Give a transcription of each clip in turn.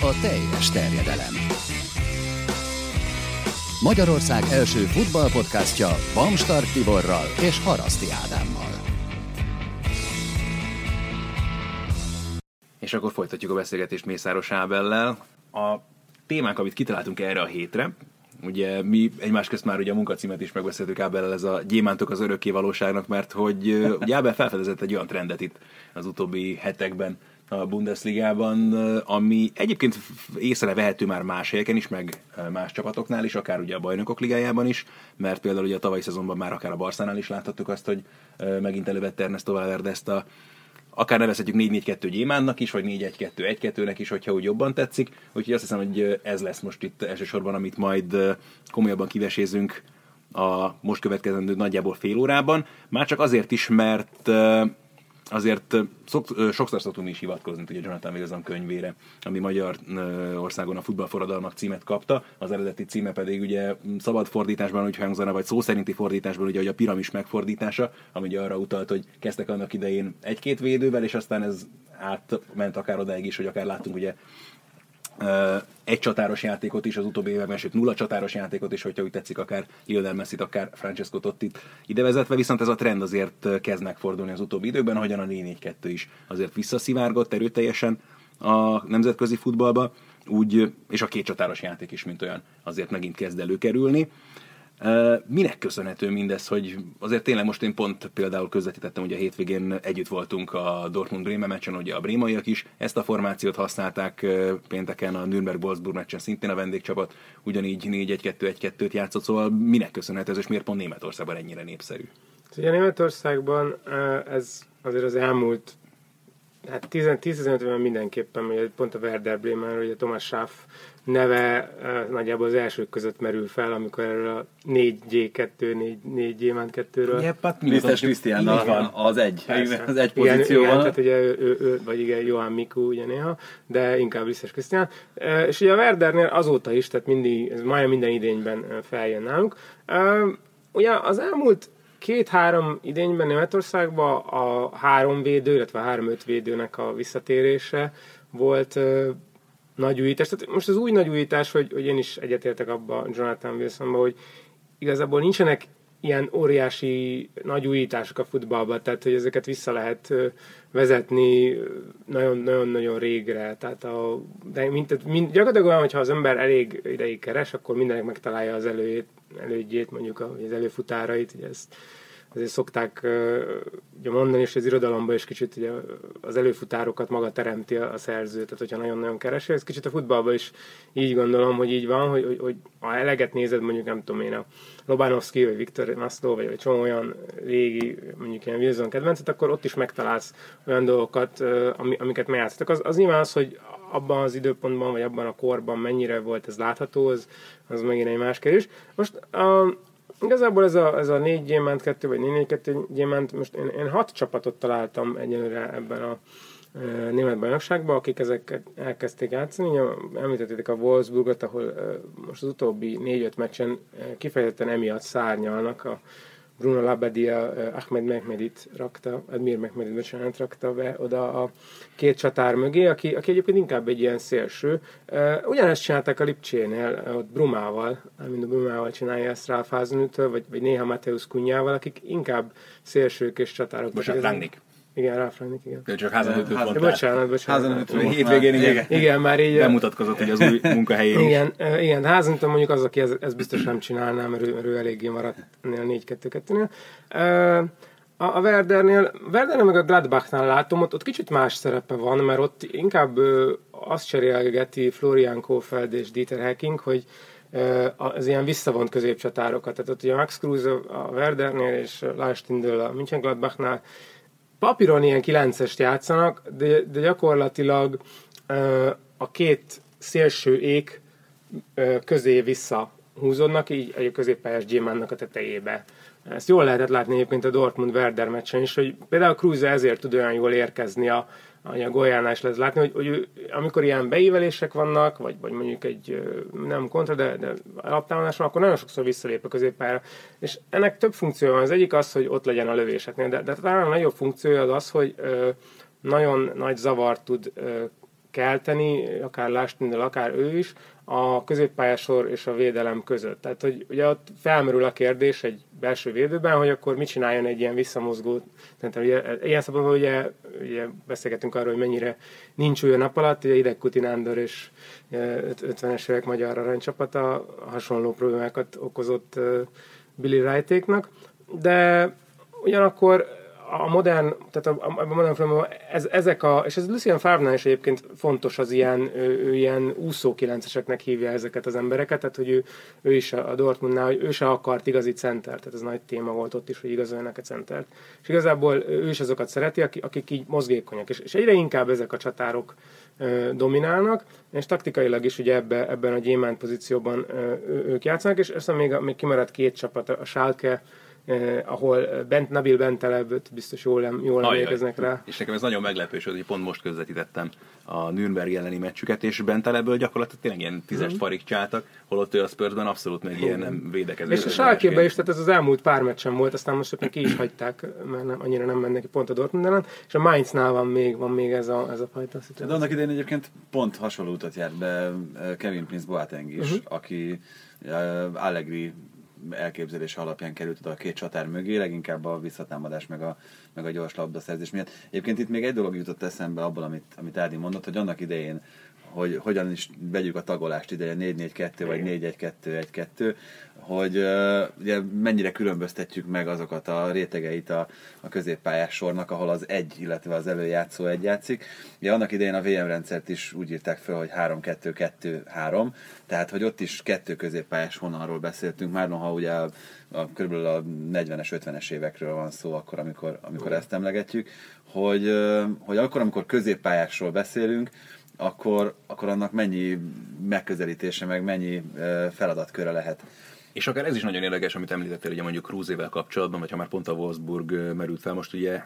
a teljes terjedelem. Magyarország első futballpodcastja Bamstart Tiborral és Haraszti Ádámmal. És akkor folytatjuk a beszélgetést Mészáros Ábellel. A témánk, amit kitaláltunk erre a hétre, ugye mi egymás közt már ugye a munkacímet is megbeszéltük Ábellel, ez a gyémántok az örökké valóságnak, mert hogy ugye Ábel felfedezett egy olyan trendet itt az utóbbi hetekben a Bundesligában, ami egyébként észrevehető már más helyeken is, meg más csapatoknál is, akár ugye a Bajnokok Ligájában is, mert például ugye a tavalyi szezonban már akár a Barszánál is láthattuk azt, hogy megint elővette Ernesto Valverde ezt a akár nevezhetjük 4-4-2 gyémánnak is, vagy 4-1-2-1-2-nek is, hogyha úgy jobban tetszik. Úgyhogy azt hiszem, hogy ez lesz most itt elsősorban, amit majd komolyabban kivesézünk a most következendő nagyjából fél órában. Már csak azért is, mert azért sokszor szoktunk is hivatkozni ugye Jonathan Wilson könyvére, ami Magyarországon a Futballforradalmak címet kapta, az eredeti címe pedig ugye szabad fordításban úgy hangzana, vagy szó szerinti fordításban ugye, hogy a piramis megfordítása, ami ugye arra utalt, hogy kezdtek annak idején egy-két védővel, és aztán ez átment akár odáig is, hogy akár láttunk ugye egy csatáros játékot is az utóbbi években, sőt 0 csatáros játékot is, hogyha úgy tetszik, akár Lionel Messit, akár Francesco Tottit idevezetve, viszont ez a trend azért kezd megfordulni az utóbbi időkben, ahogyan a 4-4-2 is azért visszaszivárgott erőteljesen a nemzetközi futballba, úgy, és a két csatáros játék is, mint olyan, azért megint kezd előkerülni. Minek köszönhető mindez, hogy azért tényleg most én pont például közvetítettem, hogy a hétvégén együtt voltunk a Dortmund-Bremen meccsen, ugye a brémaiak is ezt a formációt használták, pénteken a Nürnberg-Wolfsburg meccsen szintén a vendégcsapat ugyanígy 4-1-2-1-2-t játszott, szóval minek köszönhető ez, és miért pont Németországban ennyire népszerű? Ugye Németországban ez azért az elmúlt 10-15-ben mindenképpen, hogy pont a Werder Bremen, hogy a Thomas Schaaf neve nagyjából az elsők között merül fel, amikor erről a 4G2, 4 gyémánt 2-ről. Yep, Lisztes Krisztiánnal van az egy pozícióban. Igen, tehát ugye ő, vagy igen, Johan Miku ugye néha, de inkább Lisztes Krisztián. És ugye a Werdernél azóta is, tehát majdnem minden idényben feljön nálunk. Ugye az elmúlt 2-3 idényben Németországban a 3 védő, illetve a 3-5 védőnek a visszatérése volt nagy újítás. Tehát most az új nagy újítás, hogy én is egyetértek abban Jonathan Wilsonban, hogy igazából nincsenek ilyen óriási nagy újítások a futballban, tehát hogy ezeket vissza lehet vezetni nagyon-nagyon régre. Tehát gyakorlatilag olyan, hogyha az ember elég ideig keres, akkor mindenek megtalálja az elődjét, mondjuk az előfutárait, ugye ezt azért szokták ugye mondani, és az irodalomban is kicsit ugye az előfutárokat maga teremti a szerző, tehát hogyha nagyon-nagyon keresi, ez kicsit a futballban is így gondolom, hogy így van, hogy ha eleget nézed, mondjuk nem tudom én, a Lobanovszky, vagy Viktor Maszló, vagy egy csomó olyan régi, mondjuk ilyen Wilson kedvencet, akkor ott is megtalálsz olyan dolgokat, amiket megjátszottak. Az nyilván az, hogy abban az időpontban, vagy abban a korban mennyire volt ez látható, az megint egy más kérdés. Most igazából ez a 4 gyémánt 2, vagy 4-4-2 gyémánt, most én 6 csapatot találtam egyenlőre ebben a német bajnokságban, akik ezeket elkezdték játszani. Említették a Wolfsburgot, ahol most az utóbbi 4-5 meccsen kifejezetten emiatt szárnyalnak. A Bruno Labbadia Admir Mehmedit rakta be oda a két csatár mögé, aki egyébként inkább egy ilyen szélső. Ugyanezt csinálták a Lipcsénél, ott Brumával csinálja ezt Ralf Hasenhüttl, vagy néha Mateusz Kunyával, akik inkább szélsők és csatárok. Most a Rangnick. Igen, Ralf Rangnick, igen. De csak Hasenhüttl mondtál. Bocsánat. Hasenhüttl hétvégén igen, már így bemutatkozott, hogy az új munkahelyén igen, Hasenhüttl mondjuk az, aki ezt biztos nem csinálná, mert ő eléggé maradt ennél a 4-2-2-nél. A Werdernél meg a Gladbachnál látom, ott kicsit más szerepe van, mert ott inkább azt cserélgeti Florian Kohfeldt és Dieter Hecking, hogy az ilyen visszavont középcsatárokat. Tehát ott ugye Max Kruse a Werdernél és Lars Stindl a Mönchengladbachnál papíron ilyen 9-est játszanak, de gyakorlatilag a két szélső ék közé visszahúzódnak, így a középpályás gyémánnak a tetejébe. Ezt jól lehetett látni egyébként a Dortmund-Werder meccsen is, hogy például Kruse ezért tud olyan jól érkezni a góljánál is lehet látni, hogy amikor ilyen beívelések vannak, vagy mondjuk egy nem kontra, de alaptámadás van, akkor nagyon sokszor visszalép a középpályára. És ennek több funkciója van. Az egyik az, hogy ott legyen a lövéseknél, de talán a nagyobb funkciója az, hogy nagyon nagy zavart tud kelteni, akár Lástinddel, akár ő is, a középpályásor és a védelem között. Tehát, hogy ugye ott felmerül a kérdés egy belső védőben, hogy akkor mit csináljon egy ilyen visszamozgó. Tehát ugye, ilyen szabadban ugye beszélgetünk arról, hogy mennyire nincs olyan nap alatt, ugye Hidegkuti Nándor és 50-es évek magyar aranycsapata hasonló problémákat okozott Billy Wrightéknak, de ugyanakkor a modern, tehát a modern filmben és ez Lucien Favre-nál is egyébként fontos, az ilyen úszó 9-eseknek hívja ezeket az embereket, tehát hogy ő is a Dortmundnál, hogy ő se akart igazi centert, tehát ez nagy téma volt ott is, hogy igazoljanak a centert. És igazából ő is azokat szereti, akik így mozgékonyak, és egyre inkább ezek a csatárok dominálnak, és taktikailag is ugye ebben a gyémánt pozícióban ők játszanak, és aztán még kimaradt két csapat, a Schalke, ahol Nabil Bentaleb biztos jól emlékeznek rá. És nekem ez nagyon meglepő, hogy pont most közvetítettem a Nürnberg elleni meccsüket, és Bentalebből gyakorlatilag tényleg ilyen 10-est farigcsáltak, holott ő a Spursben abszolút meg ilyen nem védekező. És a Schalke-ben is, tehát ez az elmúlt pár meccsen volt, aztán most ki is hagyták, mert annyira nem mennek ki pont a Dortmund ellen, és a Mainznál van még ez a fajta szituáció. De annak idején egyébként pont hasonló utat járt be Kevin Prince Boateng is, aki Allegri elképzelése alapján került oda a két csatár mögé, leginkább a visszatámadás meg a gyors labdaszerzés miatt. Egyébként itt még egy dolog jutott eszembe abból, amit Ádi mondott, hogy annak idején, hogy hogyan is vegyük a tagolást ideje 4-4-2 vagy 4-1-2-1-2, hogy ugye mennyire különböztetjük meg azokat a rétegeit a középpályás sornak, ahol az egy, illetve az előjátszó egy játszik. Ugye annak idején a VM rendszert is úgy írták fel, hogy 3-2-2-3, tehát hogy ott is kettő középpályás vonalról beszéltünk, már noha ugye körülbelül a 40-es, 50-es évekről van szó akkor, amikor ezt emlegetjük, hogy akkor, amikor középpályásról beszélünk, akkor annak mennyi megközelítése, meg mennyi feladatköre lehet. És akár ez is nagyon érdekes, amit említettél, ugye mondjuk Krúzével kapcsolatban, vagy ha már pont a Wolfsburg merült fel, most ugye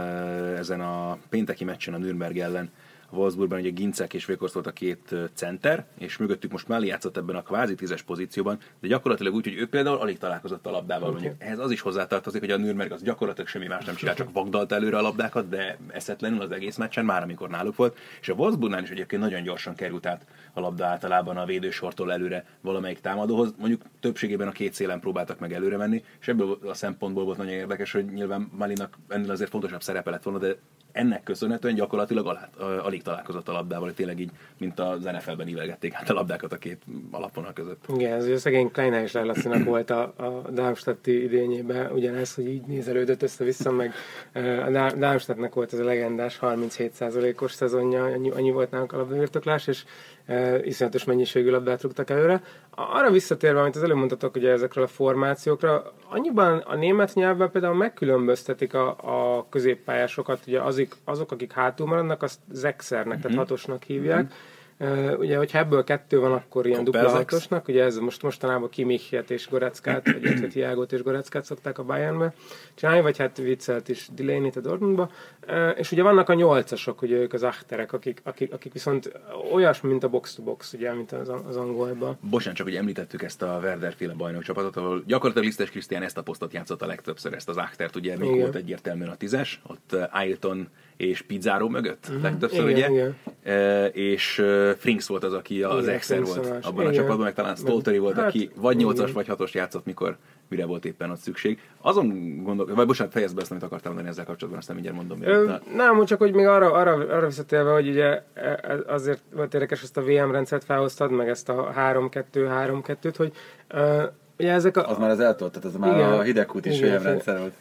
ezen a pénteki meccsen a Nürnberg ellen a Wolfsburgban ugye Ginczek és Weghorst volt a két center, és mögöttük most Mali játszott ebben a kvázi 10-es pozícióban, de gyakorlatilag úgy, hogy ő például alig találkozott a labdával. Mondjuk. Ehhez az is hozzátartozik, hogy a Nürnberg az gyakorlatilag semmi más nem csinál, csak vagdalt előre a labdákat, de eszetlenül az egész meccsen, már amikor náluk volt. És a Wolfsburgnál is egyébként nagyon gyorsan került át a labda általában a védősortól előre valamelyik támadóhoz. Mondjuk többségében a két szélen próbáltak meg előre menni, és ebből a szempontból volt nagyon érdekes, hogy nyilván Malinak ennél azért fontosabb szerepe lett volna, de ennek köszönhetően gyakorlatilag alig találkozott a labdával, hogy tényleg így, mint az NFL-ben ívelgették át a labdákat a két alapvonal között. Igen, ez ugye szegény Kleiner és Lacinak volt a Darmstadti idényében ugyanez, hogy így nézelődött össze-vissza, meg a Darmstadtnak volt ez a legendás 37%-os szezonja, annyi volt nálunk a labdabirtoklás, és iszonyatos mennyiségű labdát rúgtak előre. Arra visszatérve, amit az előbb mondtatok ugye ezekről a formációkra, annyiban a német nyelvben például megkülönböztetik a középpályásokat, ugye azok, akik hátul maradnak, azt Sechsernek, tehát hatosnak hívják. Ugye, hogyha ebből kettő van, akkor ilyen dupla hatosnak, ugye ez mostanában Kimichet és Goretzkát, vagy Thiagot és Goretzkát szokták a Bayernbe csinálni, vagy hát Witzelt is Delaney-t a Dortmundba. És ugye vannak a nyolcasok, ugye ők az achterek, akik viszont olyasmi, mint a box-to-box, ugye, mint az angolban. Bocsánat, csak hogy említettük ezt a Werder-féle bajnokcsapatot, ahol gyakorlatilag Lisztes Krisztián ezt a posztot játszott a legtöbbször, ezt az achtert, ugye még volt egyértelműen a 10-es, ott Ailton és Pizarro mögött legtöbbször, ugye? Igen. És Frings volt az, aki az Exer volt abban a csapatban, meg talán Stolteri volt, aki vagy 8-as, vagy 6-os játszott, mire volt éppen ott szükség. Azon vagy bocsánat, fejezd be azt, amit akartam mondani ezzel kapcsolatban, aztán mindjárt mondom. Nem, csak hogy még arra visszatérve, hogy ugye azért volt érdekes, ezt a VM rendszert felhoztad, meg ezt a 3-2-3-2-t, hogy ugye ezek az már az eltolt, tehát ez már a Hidegkút is VM rendszer volt.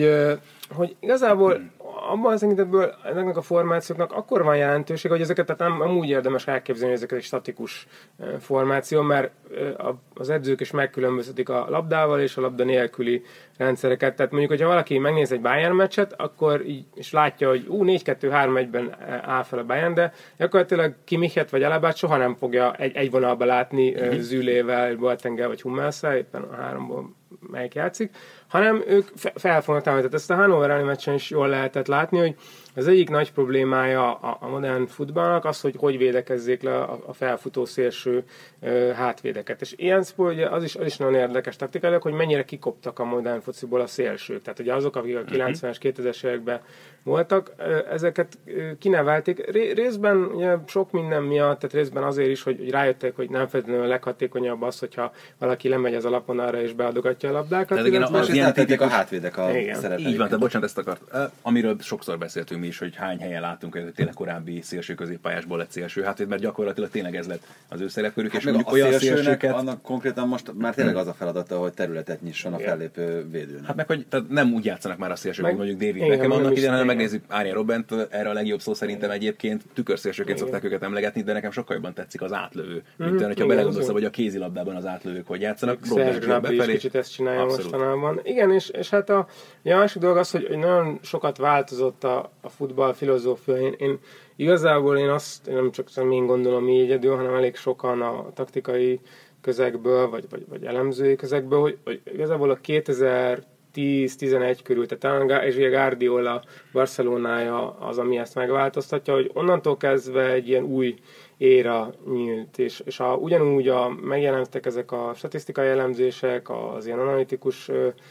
Hogy igazából abban az tekintetből ezeknek a formációknak akkor van jelentőség, hogy ezeket tehát nem úgy érdemes elképzelni, hogy ezeket egy statikus formáció, mert az edzők is megkülönböztetik a labdával és a labda nélküli rendszereket. Tehát mondjuk, hogyha valaki megnéz egy Bayern meccset, akkor így, és látja, hogy 4-2-3-1-ben áll fel a Bayern, de gyakorlatilag Kimichet vagy Alabát soha nem fogja egy vonalba látni Zülével, Boatenggel vagy Hummelszel, éppen a háromból melyik játszik, hanem ők fel fognak támadni. Tehát ezt a Hannover elleni meccsen is jól lehetett látni, hogy az egyik nagy problémája a modern futballnak az, hogy védekezzék le a felfutó szélső hátvédeket. És ilyen ugye az is nagyon érdekes taktikailag, hogy mennyire kikoptak a modern fociból a szélsők. Tehát ugye azok, akik a 90-es, 2000-es években voltak, ezeket kinevelték. Részben ugye sok minden miatt, tehát részben azért is, hogy rájöttek, hogy nem feltétlenül a leghatékonyabb az, hogyha valaki lemegy az alapvonalra és beadogatja a labdákat. Tehát igen, az ilyen tipikus a hátvédek a szerepeit. Így van, tehát bocsánat, ezt akart. Amiről sokszor beszéltünk mi is, hogy hány helyen láttunk, hogy tényleg korábbi szélső középpályásból lett szélső hátvéd, mert gyakorlatilag tényleg ez lett az ő szerepkörük, és mondjuk olyan szélsőket... Annak konkrétan most már tényleg az a feladata, hogy területet nyisson a fellépő védőnek. Hát meg, hogy tehát nem úgy játszanak már a szélsők, mint mondjuk David Beckham annak idején, hanem megnézzük Arjen Robbent, erre a legjobb szó szerintem egyébként tükörszélsőként szokták őket emlegetni, de nekem sokkal jobban tetszik az átlövő. Mint hogyha belegondolsz, hogy a kézilabdában az átlövők hogy játszanak, Robbent is kicsit ezt csinálja mostanában. Igen, és hát a másik dolog az, hogy nagyon sokat változott a futball filozófia. Igazából én nem csak én gondolom így egyedül, hanem elég sokan a taktikai közegből, vagy elemzői közegből, hogy igazából a 2010-11 körül, tehát és ugye Guardiola Barcelonája az, ami ezt megváltoztatja, hogy onnantól kezdve egy ilyen új éra nyílt, és ugyanúgy megjelentek ezek a statisztikai elemzések, az ilyen analitikus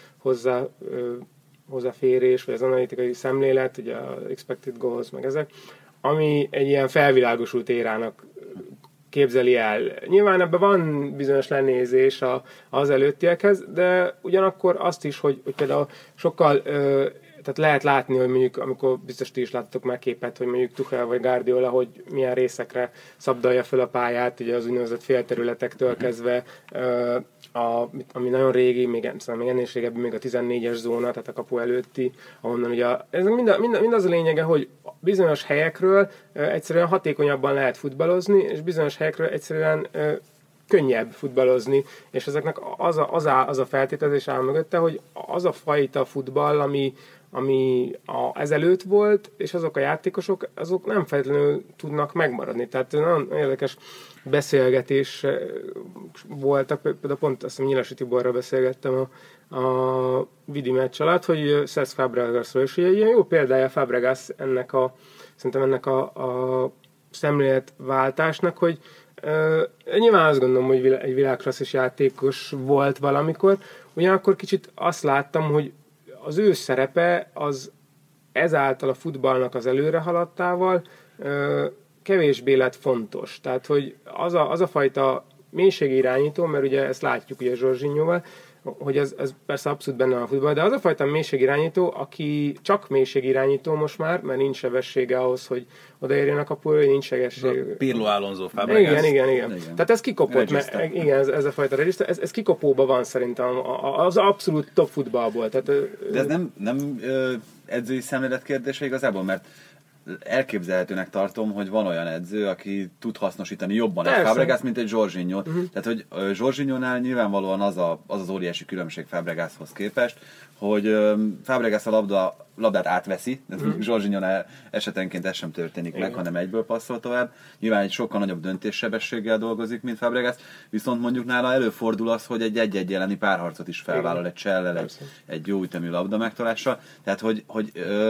hozzáférés, vagy az analitikai szemlélet, ugye a expected goals, meg ezek, ami egy ilyen felvilágosult érának képzeli el. Nyilván ebben van bizonyos lenézés az előttiekhez, de ugyanakkor azt is, hogy például sokkal, tehát lehet látni, hogy mondjuk, amikor biztos ti is láttatok már képet, hogy mondjuk Tuchel vagy Guardiola, hogy milyen részekre szabdalja fel a pályát, ugye az úgynevezett félterületektől kezdve, ami nagyon régi, még ennél is régebben, még a 14-es zóna, tehát a kapu előtti, ahonnan ugye ez mind az a lényege, hogy bizonyos helyekről egyszerűen hatékonyabban lehet futballozni, és bizonyos helyekről egyszerűen könnyebb futballozni, és ezeknek az a feltételezés áll mögötte, hogy az a fajta futball, ami ezelőtt volt, és azok a játékosok, azok nem feltétlenül tudnak megmaradni. Tehát nagyon érdekes beszélgetés voltak, például pont azt hiszem Nyilasi Tiborral beszélgettem a Vidi meccs alatt, hogy Cesc Fabregasról, és ugye ilyen jó példája Fabregas szerintem ennek a szemléletváltásnak, hogy nyilván azt gondolom, hogy egy világklasszis játékos volt valamikor, ugyanakkor kicsit azt láttam, hogy az ő szerepe az ezáltal a futballnak az előrehaladtával kevésbé lett fontos. Tehát, hogy az a fajta mélységirányító, mert ugye ezt látjuk ugye Jorginhoval, hogy ez persze abszolút benne a futball, de az a fajta mélységirányító, aki csak mélységirányító most már, mert nincs sebessége ahhoz, hogy odaérjen a kapuja, nincs sebesség. Pirlo, Alonso, Fabregas. Igen. Tehát ez kikopott, ez a fajta regiszter, ez kikopóban van szerintem az abszolút top futballból. Tehát, de ez nem edzői szemlélet kérdése igazából, mert elképzelhetőnek tartom, hogy van olyan edző, aki tud hasznosítani jobban egy Fabregas, mint egy Jorginho. Tehát, hogy Jorginhonál nyilvánvalóan az óriási különbség Fabregashoz képest, hogy Fabregas a labdát átveszi, Jorginhonál esetenként ez sem történik meg, hanem egyből passzol tovább. Nyilván egy sokkal nagyobb döntéssebességgel dolgozik, mint Fabregas, viszont mondjuk nála előfordul az, hogy egy egy elleni párharcot is felvállal egy csellel, egy jó ütemű labda megtalással. Tehát, hogy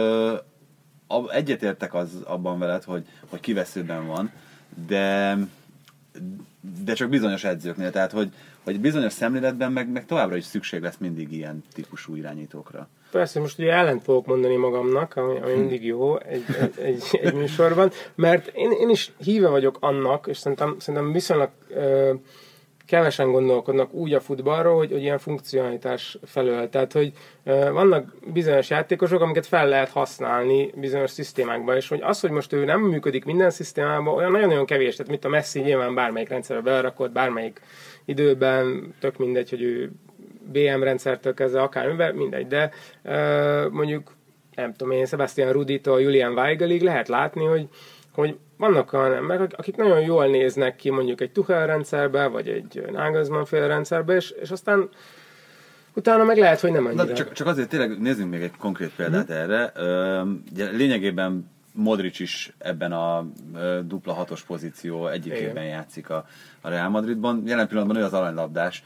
egyetértek abban veled, hogy kiveszőben van, de csak bizonyos edzőknél, tehát hogy bizonyos szemléletben meg továbbra is szükség lesz mindig ilyen típusú irányítókra. Persze, most ugye ellent fogok mondani magamnak, ami mindig jó egy műsorban, mert én is híve vagyok annak, és szerintem viszonylag kevesen gondolkodnak úgy a futballról, hogy ilyen funkcionalitás felől. Tehát, hogy vannak bizonyos játékosok, amiket fel lehet használni bizonyos szisztémákban, és hogy az, hogy most ő nem működik minden szisztémában, olyan nagyon-nagyon kevés. Tehát mint a Messi nyilván bármelyik rendszerbe berakott, bármelyik időben, tök mindegy, hogy ő BM rendszertől kezdve akármiben, mindegy, de mondjuk, nem tudom én, Sebastian Ruditól Julian Weigelig lehet látni, hogy vannak olyan emberek, akik nagyon jól néznek ki mondjuk egy Tuchel rendszerbe, vagy egy Nagelsmann-féle rendszerbe, és aztán utána meg lehet, hogy nem annyira. Csak azért tényleg nézzünk még egy konkrét példát erre. Lényegében Modric is ebben a dupla 6-os pozíció egyikében játszik a Real Madridban. Jelen pillanatban ő az aranylabdás.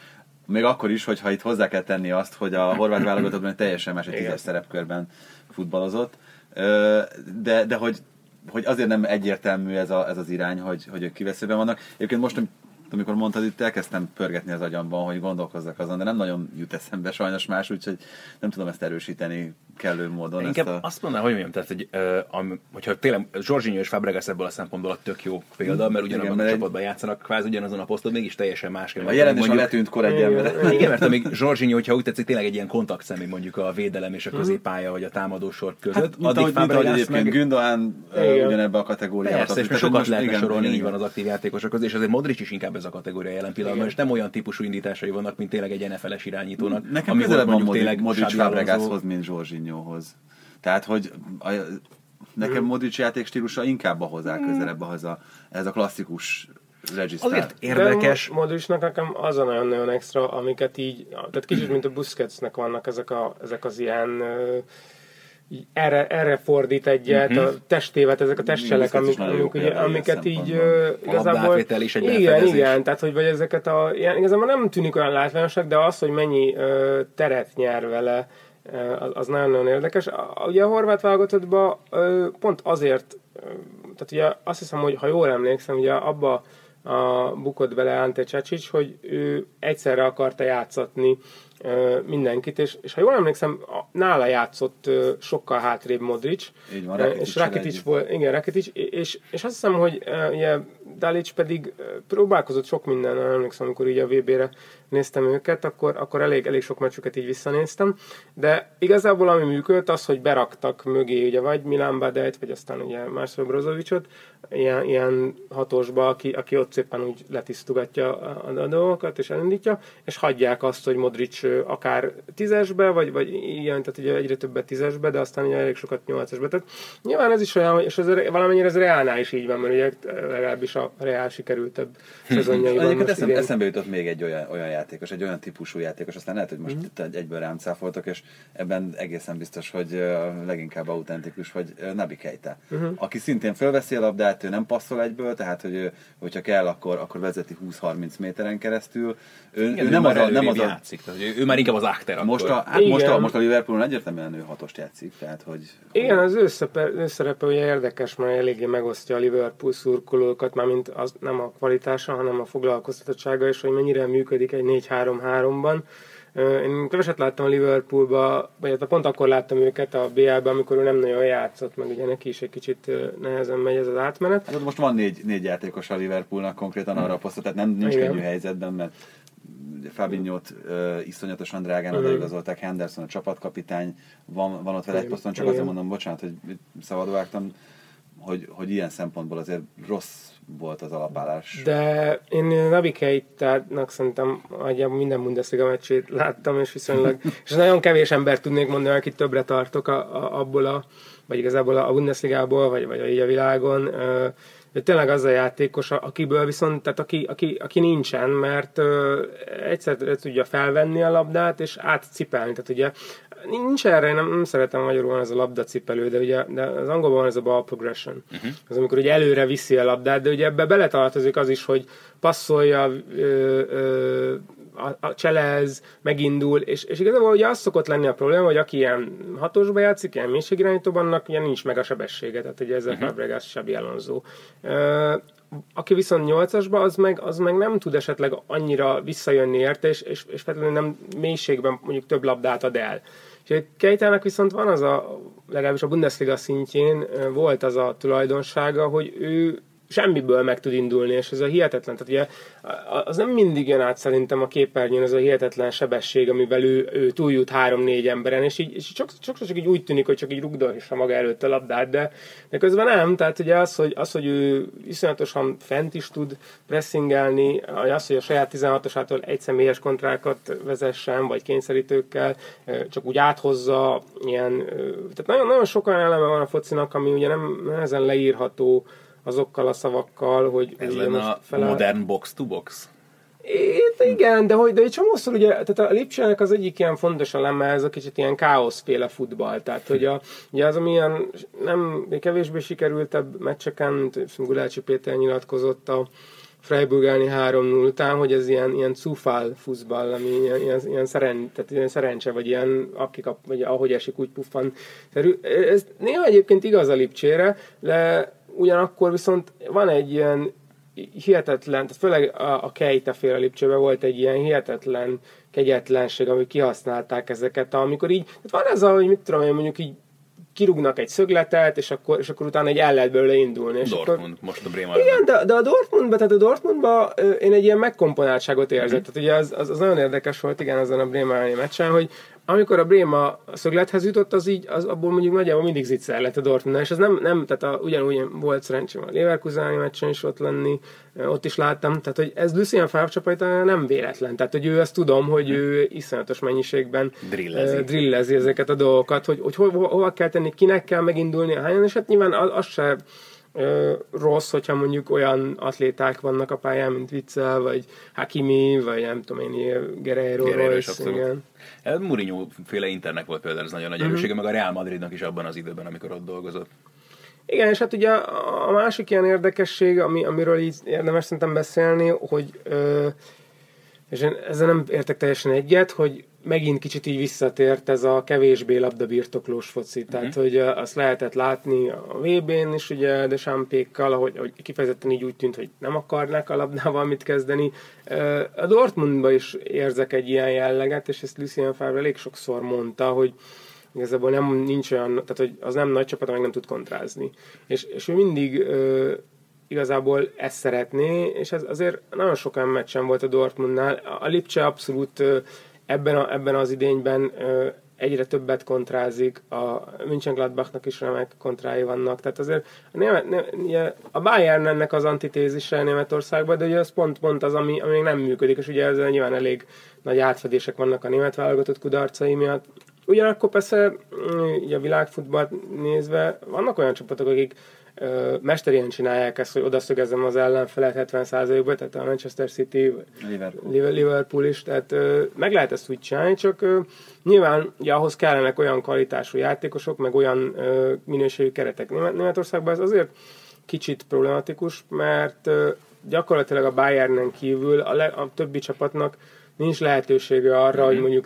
Még akkor is, hogyha itt hozzá kell tenni azt, hogy a horvát válogatottban teljesen más egy 10-es szerepkörben futballozott. De hogy azért nem egyértelmű ez az irány, hogy ők kiveszőben vannak. Egyébként most, amikor mondtad, itt elkezdtem pörgetni az agyamban, hogy gondolkozzak azon, de nem nagyon jut eszembe sajnos más, úgyhogy nem tudom ezt erősíteni kellő módon. Inkább azt mondanám, hogy mondjam, tehát, hogyha tényleg Jorginho és Fabregas ebből a szempontból a tök jó példa, mert ugyanabban a csapatban játszanak, kvázi ugyanazon a poszton, mégis teljesen másképp. A jelen is a letűnt kor egy ember. Igen, mert amíg Jorginho, hogyha úgy tetszik, tényleg egy ilyen kontaktszemély mondjuk a védelem és a középpálya, vagy a támadósor között. Hát, addig Fabregas meg Gündoğan ugyanebbe a kategóriába. Persze, és sokat lehetne sorolni, így van az aktív játékosok között, és azért Modric is inkább ez a kategória jelen pillanatban, és nem olyan típusú indításai vannak, mint tényleg egy NFL-es irányítónak. Nekem közelebb van Modric Fabregashoz, mint Jorginhohoz. Tehát, hogy nekem Modric játékstílusa inkább ahhoz áll közelebb, ez a klasszikus regisztrál. Azért érdekes. Modricnak nekem az a nagyon-nagyon extra, amiket így, tehát kicsit, mint a Busquetsnek vannak ezek az ilyen erre fordít egyet, a testévet, ezek a testcselek, amiket így igazából... Is egy igen, tehát hogy vagy ezeket igazából nem tűnik olyan látványosak, de az, hogy mennyi teret nyer vele, az nagyon-nagyon érdekes. Ugye a horvát válogatottban pont azért, tehát ugye azt hiszem, hogy ha jól emlékszem, ugye abba bukott bele Ante Csačić, hogy ő egyszerre akarta játszatni mindenkit, és ha jól emlékszem, nála játszott sokkal hátrébb Modric. Így van, és Rakitic volt, igen, Rakitic, és azt hiszem, hogy ugye Dalic pedig próbálkozott sok mindennel, emlékszem, amikor így a VB-re néztem őket, akkor elég sok meccsüket így visszanéztem, de igazából ami működött az, hogy beraktak mögé ugye vagy Milan Badejt, vagy aztán ugye Marcelo Brozovicot, ilyen hatosba, aki ott szépen úgy letisztogatja a dolgokat, és elindítja, és hagyják azt, hogy Modric akár 10-esbe, vagy ilyen, tehát ugye egyre többet 10-esbe, de aztán ugye elég sokat 8-esbe. Tehát nyilván ez is olyan, és valamennyire ez Reálnál is így van, mert ugye legalábbis a Reál sikerültebb szezonjaiban. Eszembe jutott még egy olyan játékos, egy olyan típusú játékos, aztán lehet, hogy most egyből rám cáfoltok, és ebben egészen biztos, hogy leginkább autentikus, vagy Naby Keita, aki szintén fölveszi a labdát, ő nem passzol egyből, tehát hogyha kell, akkor vezeti 20-30 méteren keresztül. Ő nem az játszik, tehát ő már inkább az akter. Most a Liverpoolon egyértelműen ő hatost játszik, tehát hogy... Igen, az ő szerepe ugye érdekes, mert eléggé megosztja a Liverpool szurkolókat, mármint az nem a kvalitása, hanem a foglalkoztatottsága, és hogy mennyire működik egy 4-3-3-ban. Én keveset láttam a Liverpoolba, vagy pont akkor láttam őket a BL-ben, amikor ő nem nagyon játszott, meg ugye neki is egy kicsit nehezen megy ez az átmenet. Hát most van négy játékos a Liverpoolnak konkrétan arra a posztra, tehát nincs könnyű helyzetben, mert Fabinho-t iszonyatosan drágán odaigazolták, Henderson a csapatkapitány, van ott vele egy poszton, csak azért mondom, bocsánat, hogy szabadul vágtam, hogy ilyen szempontból azért rossz volt az alapállás. De én Naby Keitának szerintem minden Bundesliga meccsét láttam, és viszonylag, és nagyon kevés ember tudnék mondani, akit többre tartok abból vagy igazából a Bundesligából, vagy így a világon. De tényleg az a játékos, akiből viszont, tehát aki nincsen, mert egyszer tudja felvenni a labdát, és átcipelni. Tehát ugye nincs erre, nem szeretem magyarul van ez a labdacipelő, de az angolban van ez a ball progression. Az amikor ugye előre viszi a labdát, de ugye ebbe beletartozik az is, hogy passzolja, cselez, megindul, és igazából ugye az szokott lenni a probléma, hogy aki ilyen hatosba játszik, ilyen mélységirányítóban, annak ugye nincs meg a sebessége, tehát ugye ez a Fabregas, Xabi Alonso. Aki viszont 8-asba, az meg nem tud esetleg annyira visszajönni érte, és feltétlenül nem mélységben mondjuk több labdát ad el. És Keitának viszont van az legalábbis a Bundesliga szintjén volt az a tulajdonsága, hogy ő semmiből meg tud indulni, és ez a hihetetlen, tehát ugye az nem mindig jön át szerintem a képernyőn ez a hihetetlen sebesség, amivel ő túljut 3-4 emberen, és sokszor csak így úgy tűnik, hogy csak így rugdolja maga előtt a labdát, de közben nem, tehát ugye az, hogy ő iszonyatosan fent is tud pressingelni, az, hogy a saját 16-osától egy személyes kontrákat vezessen, vagy kényszerítőkkel, csak úgy áthozza, ilyen, tehát nagyon, nagyon sok olyan eleme van a focinak, ami ugye nem nehezen leírható azokkal a szavakkal, hogy... Ez lenne a modern box-to-box? Igen, de egy csomószor ugye, tehát a Lipcsének az egyik ilyen fontos eleme, ez a kicsit ilyen káoszféle futball, tehát hogy ugye az, ami ilyen nem kevésbé sikerültebb meccseken, Gulácsi Péter nyilatkozott Freiburg elleni 3-0 után, hogy ez ilyen Zufall fußball, ami ilyen szerencse, vagy ilyen aki kap, vagy ahogy esik, úgy puffan. Ez néha egyébként igaz a Lipcsére, de ugyanakkor viszont van egy ilyen hihetetlen, tehát főleg a Keita-féle Lipcsőben volt egy ilyen hihetetlen kegyetlenség, amit kihasználták ezeket, amikor így, tehát van ez, hogy mit tudom én, mondjuk így kirúgnak egy szögletet, és akkor utána egy el lehet belőle indulni. És Dortmund, akkor, most a Bremen. Igen, de a Dortmundban én egy ilyen megkomponáltságot érzek. Tehát ugye az nagyon érdekes volt, igen, azon a Bremen meccsen, hogy amikor a Bréma a szöglethez jutott, az abból mondjuk nagyjából mindig zicser lett a Dortmundnál, és ez nem tehát ugyanúgy volt szerencsém a Leverkuseni meccsen is ott lenni, ott is láttam, tehát hogy ez Lucien Favre csapata nem véletlen, tehát hogy ő azt tudom, hogy ő iszonyatos mennyiségben drillezi ezeket a dolgokat, hogy hova kell tenni, kinek kell megindulni, hányan, és hát nyilván az se rossz, hogyha mondjuk olyan atléták vannak a pályán, mint Witzel, vagy Hakimi, vagy nem tudom én, Guerreiro Royce, igen. Mourinho féle Internek volt például ez nagyon nagy erősége, meg a Real Madridnak is abban az időben, amikor ott dolgozott. Igen, és hát ugye a másik ilyen érdekesség, amiről így érdemes szerintem beszélni, hogy és ezzel nem értek teljesen egyet, hogy megint kicsit így visszatért ez a kevésbé labdabirtoklós foci. Tehát, hogy azt lehetett látni a VB-n is, ugye, de Champékkal, hogy kifejezetten így úgy tűnt, hogy nem akarnak a labdával mit kezdeni. A Dortmundban is érzek egy ilyen jelleget, és ezt Lucien Favre elég sokszor mondta, hogy igazából nincs olyan, tehát hogy az nem nagy csapat, meg nem tud kontrázni. És ő mindig igazából ezt szeretné, és ez azért nagyon sok olyan meccsen volt a Dortmundnál. A Lipcse abszolút ebben az idényben egyre többet kontrázik, a Mönchengladbachnak is remek kontrái vannak, tehát azért a Bayern ennek az antitézise Németországban, de ugye ez pont az, ami még nem működik, és ugye ezzel nyilván elég nagy átfedések vannak a német válogatott kudarcai miatt. Ugyanakkor persze ugye a világfutballt nézve vannak olyan csapatok, akik mesterien csinálják ezt, hogy odaszögezzem az ellenfelet 70%-ba, tehát a Manchester City, Liverpool is, tehát meg lehet ezt úgy csinálni, csak nyilván ugye, ahhoz kellenek olyan kvalitású játékosok, meg olyan minőségű keretek. Németországban ez azért kicsit problematikus, mert gyakorlatilag a Bayernen kívül a többi csapatnak nincs lehetősége arra, hogy mondjuk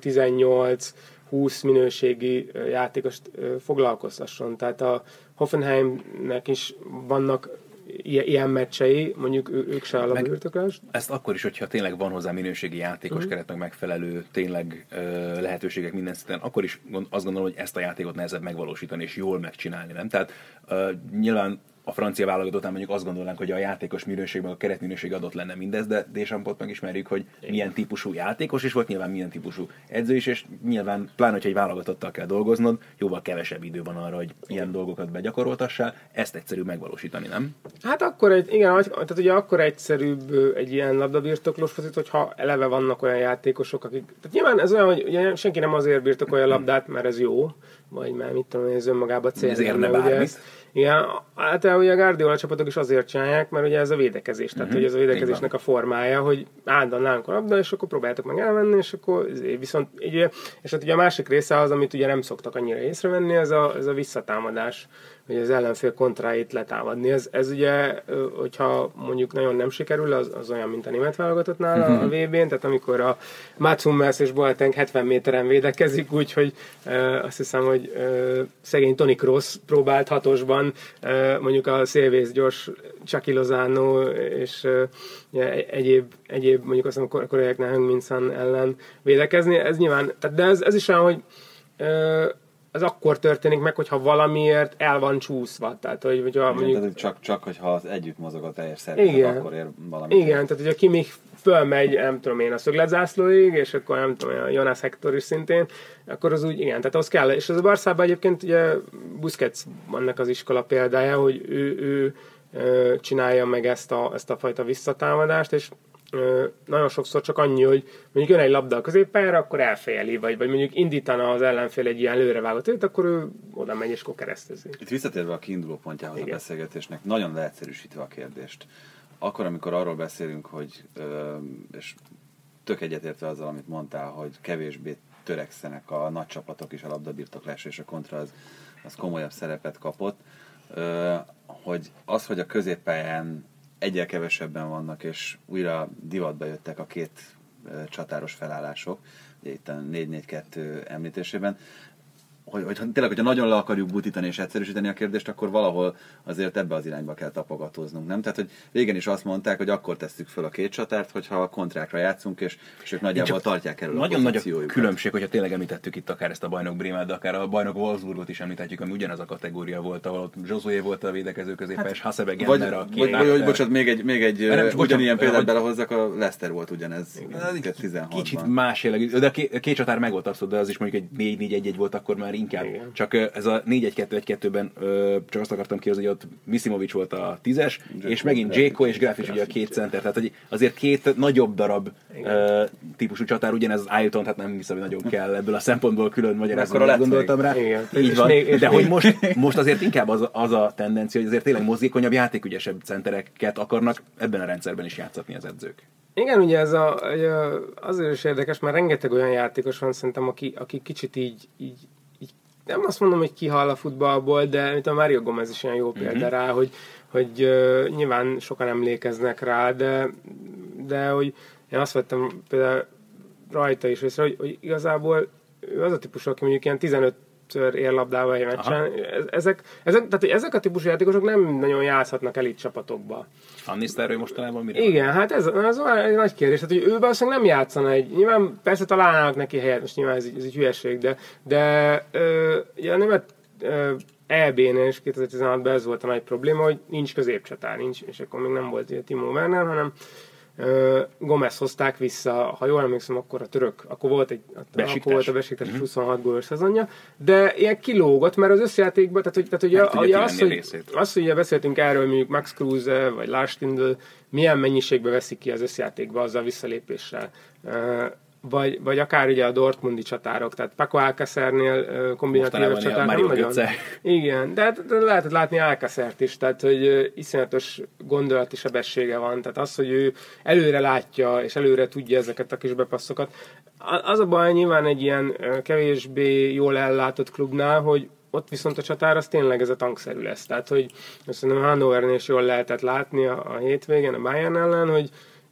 18-20 minőségi játékost foglalkoztasson. Tehát a Hoffenheimnek is vannak ilyen meccsei, mondjuk ők se a labdabirtoklást. Ezt akkor is, hogyha tényleg van hozzá minőségi játékos keretnek megfelelő tényleg lehetőségek minden szinten, akkor is azt gondolom, hogy ezt a játékot nehezebb megvalósítani és jól megcsinálni, nem? Tehát nyilván a francia válogatottán mondjuk azt gondolnánk, hogy a játékos minőségben a keretminőség adott lenne mindez, de Deschampsot megismerjük, hogy milyen típusú játékos is volt, nyilván milyen típusú edző is, és nyilván pláne, hogyha egy válogatottal kell dolgoznod, jóval kevesebb idő van arra, hogy ilyen dolgokat begyakoroltassál, ezt egyszerű megvalósítani, nem? Hát akkor tehát ugye akkor egyszerűbb egy ilyen labdabirtoklós focit, hogyha eleve vannak olyan játékosok, akik... Tehát nyilván ez olyan, hogy ugye senki nem azért birtokolja a labdát, mert ez jó, vagy mert mit tudom, ez önmagában cél. Ez érne bármit. Igen, hát ugye a Guardiola csapatok is azért csinálják, mert ugye ez a védekezés, tehát hogy ez a védekezésnek a formája, hogy állandóan nálunk a labda, és akkor próbáljátok meg elvenni, és akkor viszont és hát ugye a másik része az, amit ugye nem szoktak annyira észrevenni, ez a visszatámadás, hogy az ellenfél kontráit letámadni. Ez ugye, hogyha mondjuk nagyon nem sikerül, az olyan, mint a német válogatottnál a VB-n, tehát amikor a Mats Hummels és Boateng 70 méteren védekezik, úgyhogy azt hiszem, hogy szegény Toni Kroos próbált hatosban, mondjuk a szélvész gyors Chucky Lozano és egyéb mondjuk azt mondom, a koreaiaknál Heung-min Son ellen védekezni. Ez nyilván, de ez is olyan, hogy ez akkor történik meg, hogyha valamiért el van csúszva. Tehát, hogy mondjuk... Csak hogyha az együtt mozog a teljes szervezet, akkor ér valami. Igen, tehát hogyha Kimi fölmegy, nem tudom én, a szögletzászlóig, és akkor nem tudom, a Jonas Hector is szintén, akkor az úgy, igen, tehát az kell. És az a Barszában egyébként ugye Busquets annak az iskola példája, hogy ő csinálja meg ezt a fajta visszatámadást, és nagyon sokszor csak annyi, hogy mondjuk jön egy labda a középpályára, akkor elfejeli, vagy mondjuk indítana az ellenfél egy ilyen lőrevágott őt, akkor ő oda megy és akkor keresztezi. Itt visszatérve a kiinduló pontjához a beszélgetésnek, nagyon leegyszerűsítve a kérdést. Akkor, amikor arról beszélünk, hogy és tök egyetértve azzal, amit mondtál, hogy kevésbé törekszenek a nagy csapatok is a labdabirtoklásra, és a kontra az komolyabb szerepet kapott, hogy a középpályán egyre kevesebben vannak, és újra divatba jöttek a két csatáros felállások, itt a 4-4-2 említésében, hogy tényleg, hogyha nagyon le akarjuk butítani és egyszerűsíteni a kérdést, akkor valahol azért ebbe az irányba kell tapogatóznunk, nem? Tehát, hogy régen is azt mondták, hogy akkor tesszük föl a két csatárt, hogyha a kontrákra játszunk, és ők nagyjából tartják elő a pozíciójukat. Nagyon nagy a különbség, hogyha tényleg említettük itt akár ezt a bajnok Brémát, de akár a bajnok Wolfsburgot is említhetjük, ami ugyanaz a kategória volt, ahol Josué volt a védekező középpályás, Hasebe Genner a két. Bocsánat, még egy ugyanilyen példát belehozzak, a Leicester volt ugyanez 16-ban. Kicsit más jellegű, de a két csatár meg volt abszolút, de az is mondjuk egy 4-4-1-1 volt akkor már inkább. Igen. Csak ez a 4-1-2-1-2-ben csak azt akartam kihozni, hogy ott Misimovic volt a 10-es, és megint Dzeko és Graf is ugye a két center, tehát hogy azért két nagyobb darab típusú csatár, ugyanez az Ailton, hát nem hiszem, hogy nagyon kell ebből a szempontból külön magyarázni, gondoltam rá. Igen. Így van, de hogy most azért inkább az a tendencia, hogy azért tényleg mozgékonyabb, játékügyesebb centereket akarnak ebben a rendszerben is játszatni az edzők. Igen, ugye ez azért is érdekes, mert rengeteg olyan játékos van szerintem, aki kicsit így nem azt mondom, hogy kihal a futballból, de mint a Mario Gomez is olyan jó példa rá, hogy nyilván sokan emlékeznek rá, de hogy én azt vettem például rajta is észre, hogy igazából ő az a típus, aki mondjuk ilyen 15-ször ér labdával egy meccsen. Ezek a típusú játékosok nem nagyon játszhatnak elit csapatokba. Van Nistelrooy mostanában mire? Igen, hát ez egy nagy kérdés. Hát, hogy ő valószínűleg nem játszana nyilván persze találnának neki helyet, most nyilván ez egy hülyeség, de ugye a német EB-nél is 2016-ban ez volt a nagy probléma, hogy nincs középcsatár, és akkor még nem volt Timo Werner, hanem Gomez hozták vissza, ha jól emlékszem, akkor a török, akkor volt a Besiktas 26 gólos szezonja, de ilyen kilógott, mert az összjátékban, tehát hogy azt, hogy beszéltünk erről, mondjuk Max Kruse vagy Lars Stindl milyen mennyiségbe veszik ki az összjátékba azzal a visszalépéssel. Vagy akár ugye a dortmundi csatárok, tehát Paco Alcacernél kombinatív csatár nem nagyon. Igen, de hát lehetett látni Alcacert is, tehát hogy iszonyatos gondolati sebessége van, tehát az, hogy ő előre látja és előre tudja ezeket a kis bepasszokat. Az a baj nyilván egy ilyen kevésbé jól ellátott klubnál, hogy ott viszont a csatár az tényleg ez a tankszerű lesz. Tehát, hogy szerintem Hannovernél is jól lehetett látni a hétvégén a Bayern ellen, hogy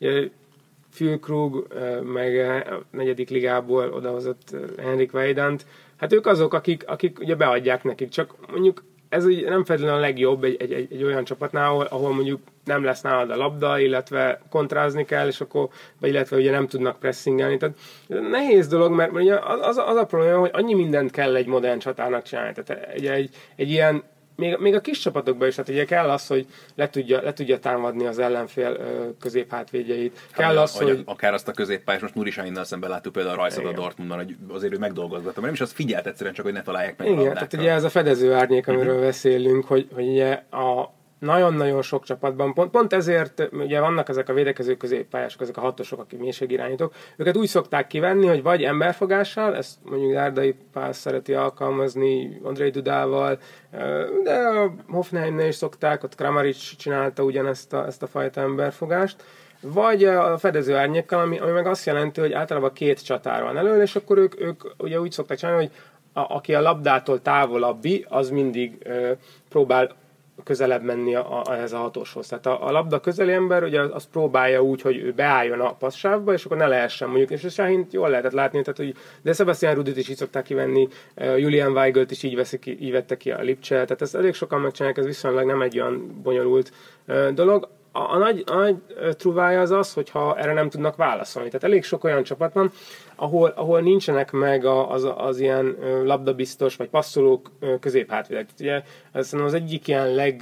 Füllkrug, meg a 4. ligából odahozott Henrik Weidand, hát ők azok, akik ugye beadják nekik, csak mondjuk ez ugye nem feltétlenül a legjobb egy olyan csapatnál, ahol mondjuk nem lesz nálad a labda, illetve kontrázni kell, és akkor, vagy illetve ugye nem tudnak pressingelni. Tehát nehéz dolog, mert ugye az a probléma, hogy annyi mindent kell egy modern csatárnak csinálni. Tehát egy ilyen még a kis csapatokban is, tehát ugye kell az, hogy le tudja támadni az ellenfél középhátvédjeit. Kell az, hogy akár azt a középpályás, most Nuri Sahinnal szemben láttuk például a Rajszat a Dortmundban, hogy azért ő megdolgozgatta, mert nem is az figyelt egyszerűen, csak hogy ne találják meg a labdákra. Tehát ugye ez a fedező árnyék, amiről beszélünk, hogy ugye a nagyon-nagyon sok csapatban, pont ezért ugye vannak ezek a védekező középpályások, ezek a hatosok, akik mélységirányítók, őket úgy szokták kivenni, hogy vagy emberfogással, ezt mondjuk Dárdai Pál szereti alkalmazni Andrei Dudával, de a Hoffenheimnél is szokták, ott Kramaric csinálta ugyanezt ezt a fajta emberfogást, vagy a fedező árnyékkal, ami meg azt jelenti, hogy általában két csatár van elől, és akkor ők ugye úgy szokták csinálni, hogy aki a labdától távolabbi, az mindig próbál közelebb menni ehhez a hatóshoz. Tehát a labda közeli ember ugye az próbálja úgy, hogy ő beálljon a passzsávba, és akkor ne lehessen mondjuk, és a Sahint jól lehetett látni, tehát, hogy de Sebastian Rudit is így szokták kivenni, Julian Weigelt is így vette ki a Lipcse, tehát ezt elég sokan megcsinálják, ez viszonylag nem egy olyan bonyolult dolog. A nagy truvája az, hogyha erre nem tudnak válaszolni. Tehát elég sok olyan csapat van, ahol nincsenek meg az ilyen labdabiztos vagy passzoló középhátvédek. Ugye szerintem az egyik ilyen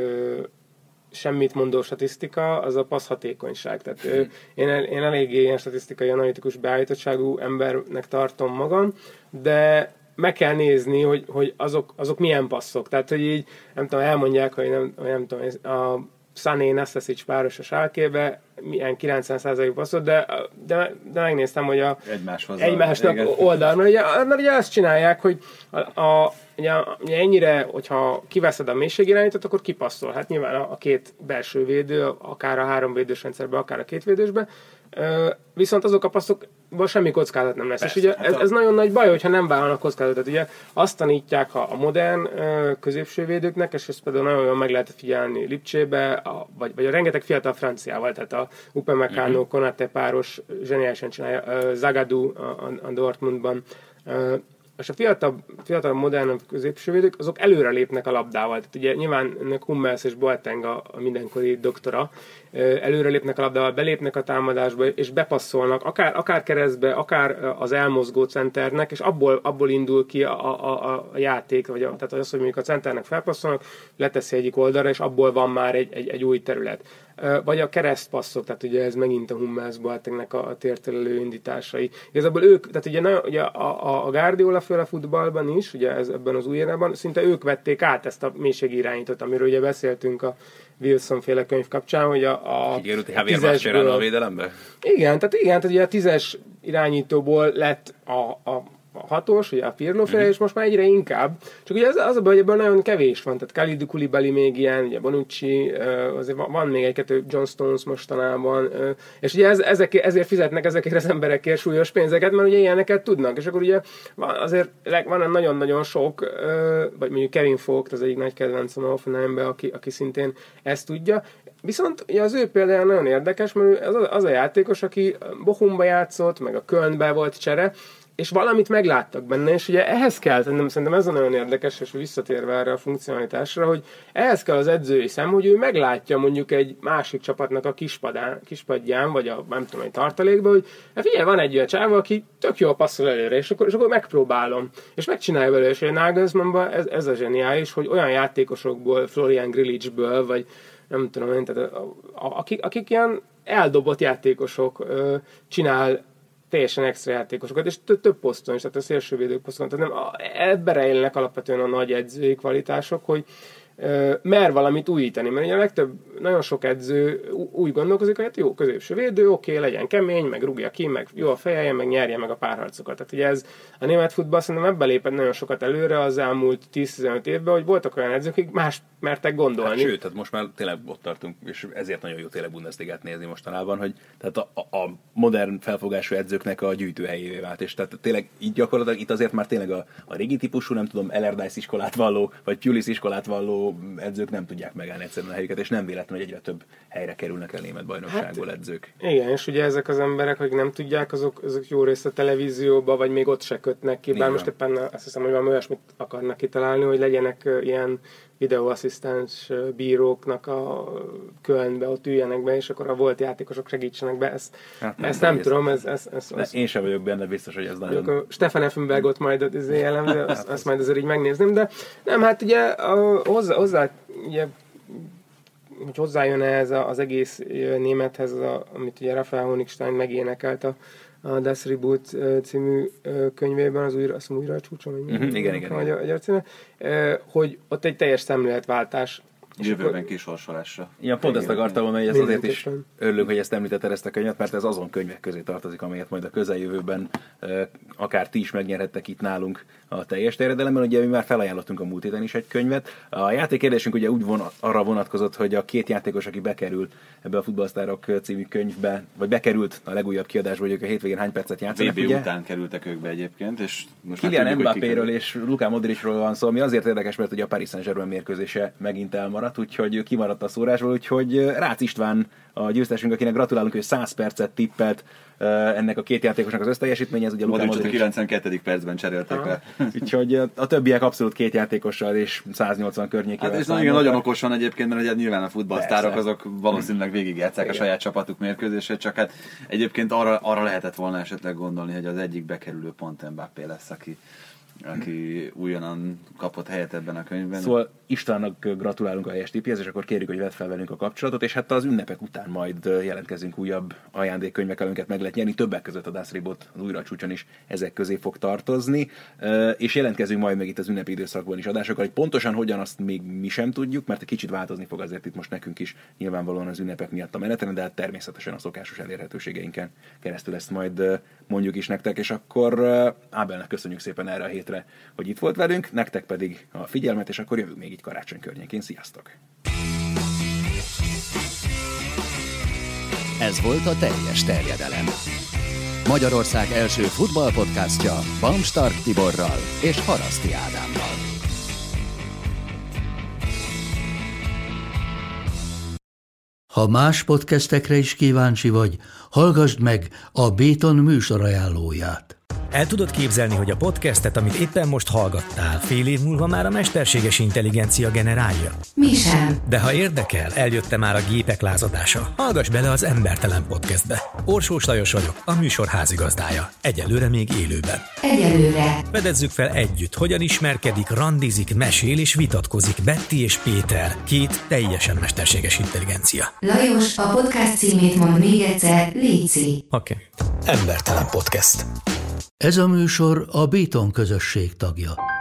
semmit mondó statisztika, az a passzhatékonyság. Tehát én eléggé ilyen statisztikai analitikus beállítottságú embernek tartom magam, de meg kell nézni, hogy azok milyen passzok. Tehát, hogy így, nem tudom, elmondják, hogy nem tudom, a Sané Nastasic páros a Sálkébe, milyen 90% passzot, de megnéztem, hogy egymásnak oldal, mert ugye azt csinálják, hogy ugye ennyire, hogyha kiveszed a mélységirányítót, akkor kipasszol. Hát nyilván a két belső védő, akár a 3 védős rendszerben, akár a 2 védősben, Viszont azok a passzokból semmi kockázat nem lesz. Persze, és ugye ez nagyon nagy baj, hogyha nem vállalnak kockázatot. Ugye azt tanítják a modern középsővédőknek, és ezt például nagyon meg lehet figyelni Lipcsébe, vagy a rengeteg fiatal franciával, tehát a Upamecano, Konaté páros zseniálisan csinálja, Zagadou a Dortmundban, és a fiatal modern középsővédők, azok előre lépnek a labdával. Tehát ugye nyilván Hummels és Boateng a mindenkori doktora, előre lépnek a labdával, belépnek a támadásba, és bepasszolnak, akár keresztbe, akár az elmozgó centernek, és abból indul ki a játék, tehát az, hogy mondjuk a centernek felpasszolnak, leteszi egyik oldalra, és abból van már egy új terület. Vagy a keresztpasszok, tehát ugye ez megint a Hummels Boatengnek a tértelelő indításai. Igazából ők, tehát ugye a Guardiola féle futballban is, ugye ebben az új érában, szinte ők vették át ezt a mélységi irányítót, amiről ugye beszéltünk a Wilson féle könyv kapcsán, hogy a tízesből a védelembe? Igen, tehát ugye a 10-es irányítóból lett a hatos, ugye a Pirlo féle, és most már egyre inkább. Csak ugye az a baj, hogy ebből nagyon kevés van, tehát Kalidou Koulibaly még ilyen, ugye Bonucci, azért van még egy-kettő, John Stones mostanában, és ugye ezért fizetnek ezekért az emberekért súlyos pénzeket, mert ugye ilyeneket tudnak, és akkor ugye azért van nagyon-nagyon sok, vagy mondjuk Kevin Vogt, az egyik nagy kedvencem a Hoffenheimben, aki szintén ezt tudja. Viszont ugye az ő például nagyon érdekes, mert az a játékos, aki Bochumba játszott, meg a Kölnbe volt csere, és valamit megláttak benne, és ugye ehhez kell, szerintem ez a nagyon érdekes, és visszatérve erre a funkcionalitásra, hogy ehhez kell az edzői szem, hogy ő meglátja mondjuk egy másik csapatnak a kispadján, vagy a nem tudom, egy tartalékban, hogy figyelj, van egy olyan csávó, aki tök jól passzol előre, és akkor megpróbálom, és megcsinálja vele, és a Nagelsmannban ez a zseniális, hogy olyan játékosokból, Florian Grillitschből, vagy nem tudom én, tehát akik ilyen eldobott játékosok csinál teljesen extra játékosokat, és több poszton is, tehát a szélsővédők poszton. Tehát ebben rejlenek alapvetően a nagy edzői kvalitások, hogy mer valamit újítani, mert ugye a legtöbb, nagyon sok edző úgy gondolkozik, hogy hát jó, középső védő, oké, legyen kemény, meg rúgja ki, meg jó a fejelje, meg nyerje meg a párharcokat. Tehát ugye ez a német futball szerintem ebben lépett nagyon sokat előre az elmúlt 10-15 évben, hogy voltak olyan edzők, akik más mertek gondolni. Hát, sőt, tehát most már tényleg ott tartunk, és ezért nagyon jó tényleg Bundesligát nézni mostanában, hogy tehát a modern felfogású edzőknek a gyűjtőhelyévé vált, és tehát tényleg így gyakorlatilag itt azért már tényleg a régi típusú, nem tudom, Allardyce iskolát valló, vagy Pulis iskolát valló edzők nem tudják megállni egyszerűen a helyüket, és nem véletlen, hogy egyre több helyre kerülnek el német bajnokságból edzők. Igen, és ugye ezek az emberek, akik nem tudják, azok jó részt a televízióba, vagy még ott se kötnek ki, bár most éppen azt hiszem, hogy valami olyasmit akarnak kitalálni, hogy legyenek ilyen videóasszisztens bíróknak a Kölnbe, ott üljenek be, és akkor a volt játékosok segítsenek be. Ezt nem tudom. Én sem vagyok benne biztos, hogy ez nagyon... Stefan Effenbergot majd jellemző, azt majd azért így megnézném, de nem, hát ugye hozzá ugye, hogy hozzájön ez az egész némethez, amit ugye Raphael Honigstein megénekelt a Das Reboot című könyvében, azt hiszem újra a csúcson, igen. Hogy ott egy teljes szemléletváltás. Jövőben kisorsolásra. Igen, pont ezt akartam volna, hogy ez azért is örülünk, hogy ezt említetted ezt a könyvet, mert ez azon könyvek közé tartozik, amelyet majd a közeljövőben akár ti is megnyerhettek itt nálunk a teljes terjedelemben. Ugye mi már felajánlottunk a múlt héten is egy könyvet. A játékkérdésünk ugye úgy arra vonatkozott, hogy a két játékos, aki bekerül ebbe a Futballsztárok című könyvbe, vagy bekerült a legújabb kiadásba, hogy ők a hétvégén hány percet játszanak. VB után kerültek ők be egyébként, és most Kylian Mbappéről és Luka Modricról van szó, ami azért érdekes, mert ugye a Paris Saint-Germain mérkőzése megint elmaradt, úgyhogy kimaradt a szórásból, úgyhogy Rácz István a győztesünk, akinek gratulálunk, hogy 100 percet tippelt ennek a két játékosnak az összteljesítménye, ez ugye Luka Modric 92. percben cserélték le. Úgyhogy a többiek abszolút két játékossal és 180 környékével. Hát és nagyon okosan egyébként, mert ugye nyilván a futballsztárok azok valószínűleg végigjátszák a saját csapatuk mérkőzését, csak hát egyébként arra lehetett volna esetleg gondolni, hogy az egyik bekerülő pont Mbappé lesz, aki újonnan kapott helyet ebben a könyvben. Szóval Istvánnak gratulálunk a helyes tippjéhez, és akkor kérjük, hogy vedd fel velünk a kapcsolatot, és hát az ünnepek után majd jelentkezünk újabb ajándékkönyvekkel, amiket meg lehet nyerni, többek között a Das Reboot az újra csúcson is ezek közé fog tartozni, és jelentkezünk majd meg itt az ünnepi időszakban is adásokkal, hogy pontosan hogyan, azt még mi sem tudjuk, mert egy kicsit változni fog azért itt most nekünk is nyilvánvalóan az ünnepek miatt a menetrend, de hát természetesen a szokásos elérhetőségeinken keresztül ezt majd mondjuk is nektek, és akkor Ábelnek köszönjük szépen erre a hétre, hogy itt volt velünk, nektek pedig a figyelmet, és akkor jövünk még így karácsony környékén. Sziasztok! Ez Ez volt a Teljes terjedelem. Magyarország első futballpodcastja Bamstark Tiborral és Haraszti Ádámmal. Ha más podcastekre is kíváncsi vagy, hallgassd meg a Béton műsor ajánlóját. El tudod képzelni, hogy a podcastet, amit éppen most hallgattál, fél év múlva már a mesterséges intelligencia generálja? Mi sem. De ha érdekel, eljött már a gépek lázadása. Hallgass bele az Embertelen Podcastbe. Orsós Lajos vagyok, a műsor házigazdája. Egyelőre még élőben. Egyelőre. Fedezzük fel együtt, hogyan ismerkedik, randizik, mesél és vitatkozik Betty és Péter, két teljesen mesterséges intelligencia. Lajos, a podcast címét mond még egyszer, léci. Oké. Embertelen Podcast. Ez a műsor a Béton közösség tagja.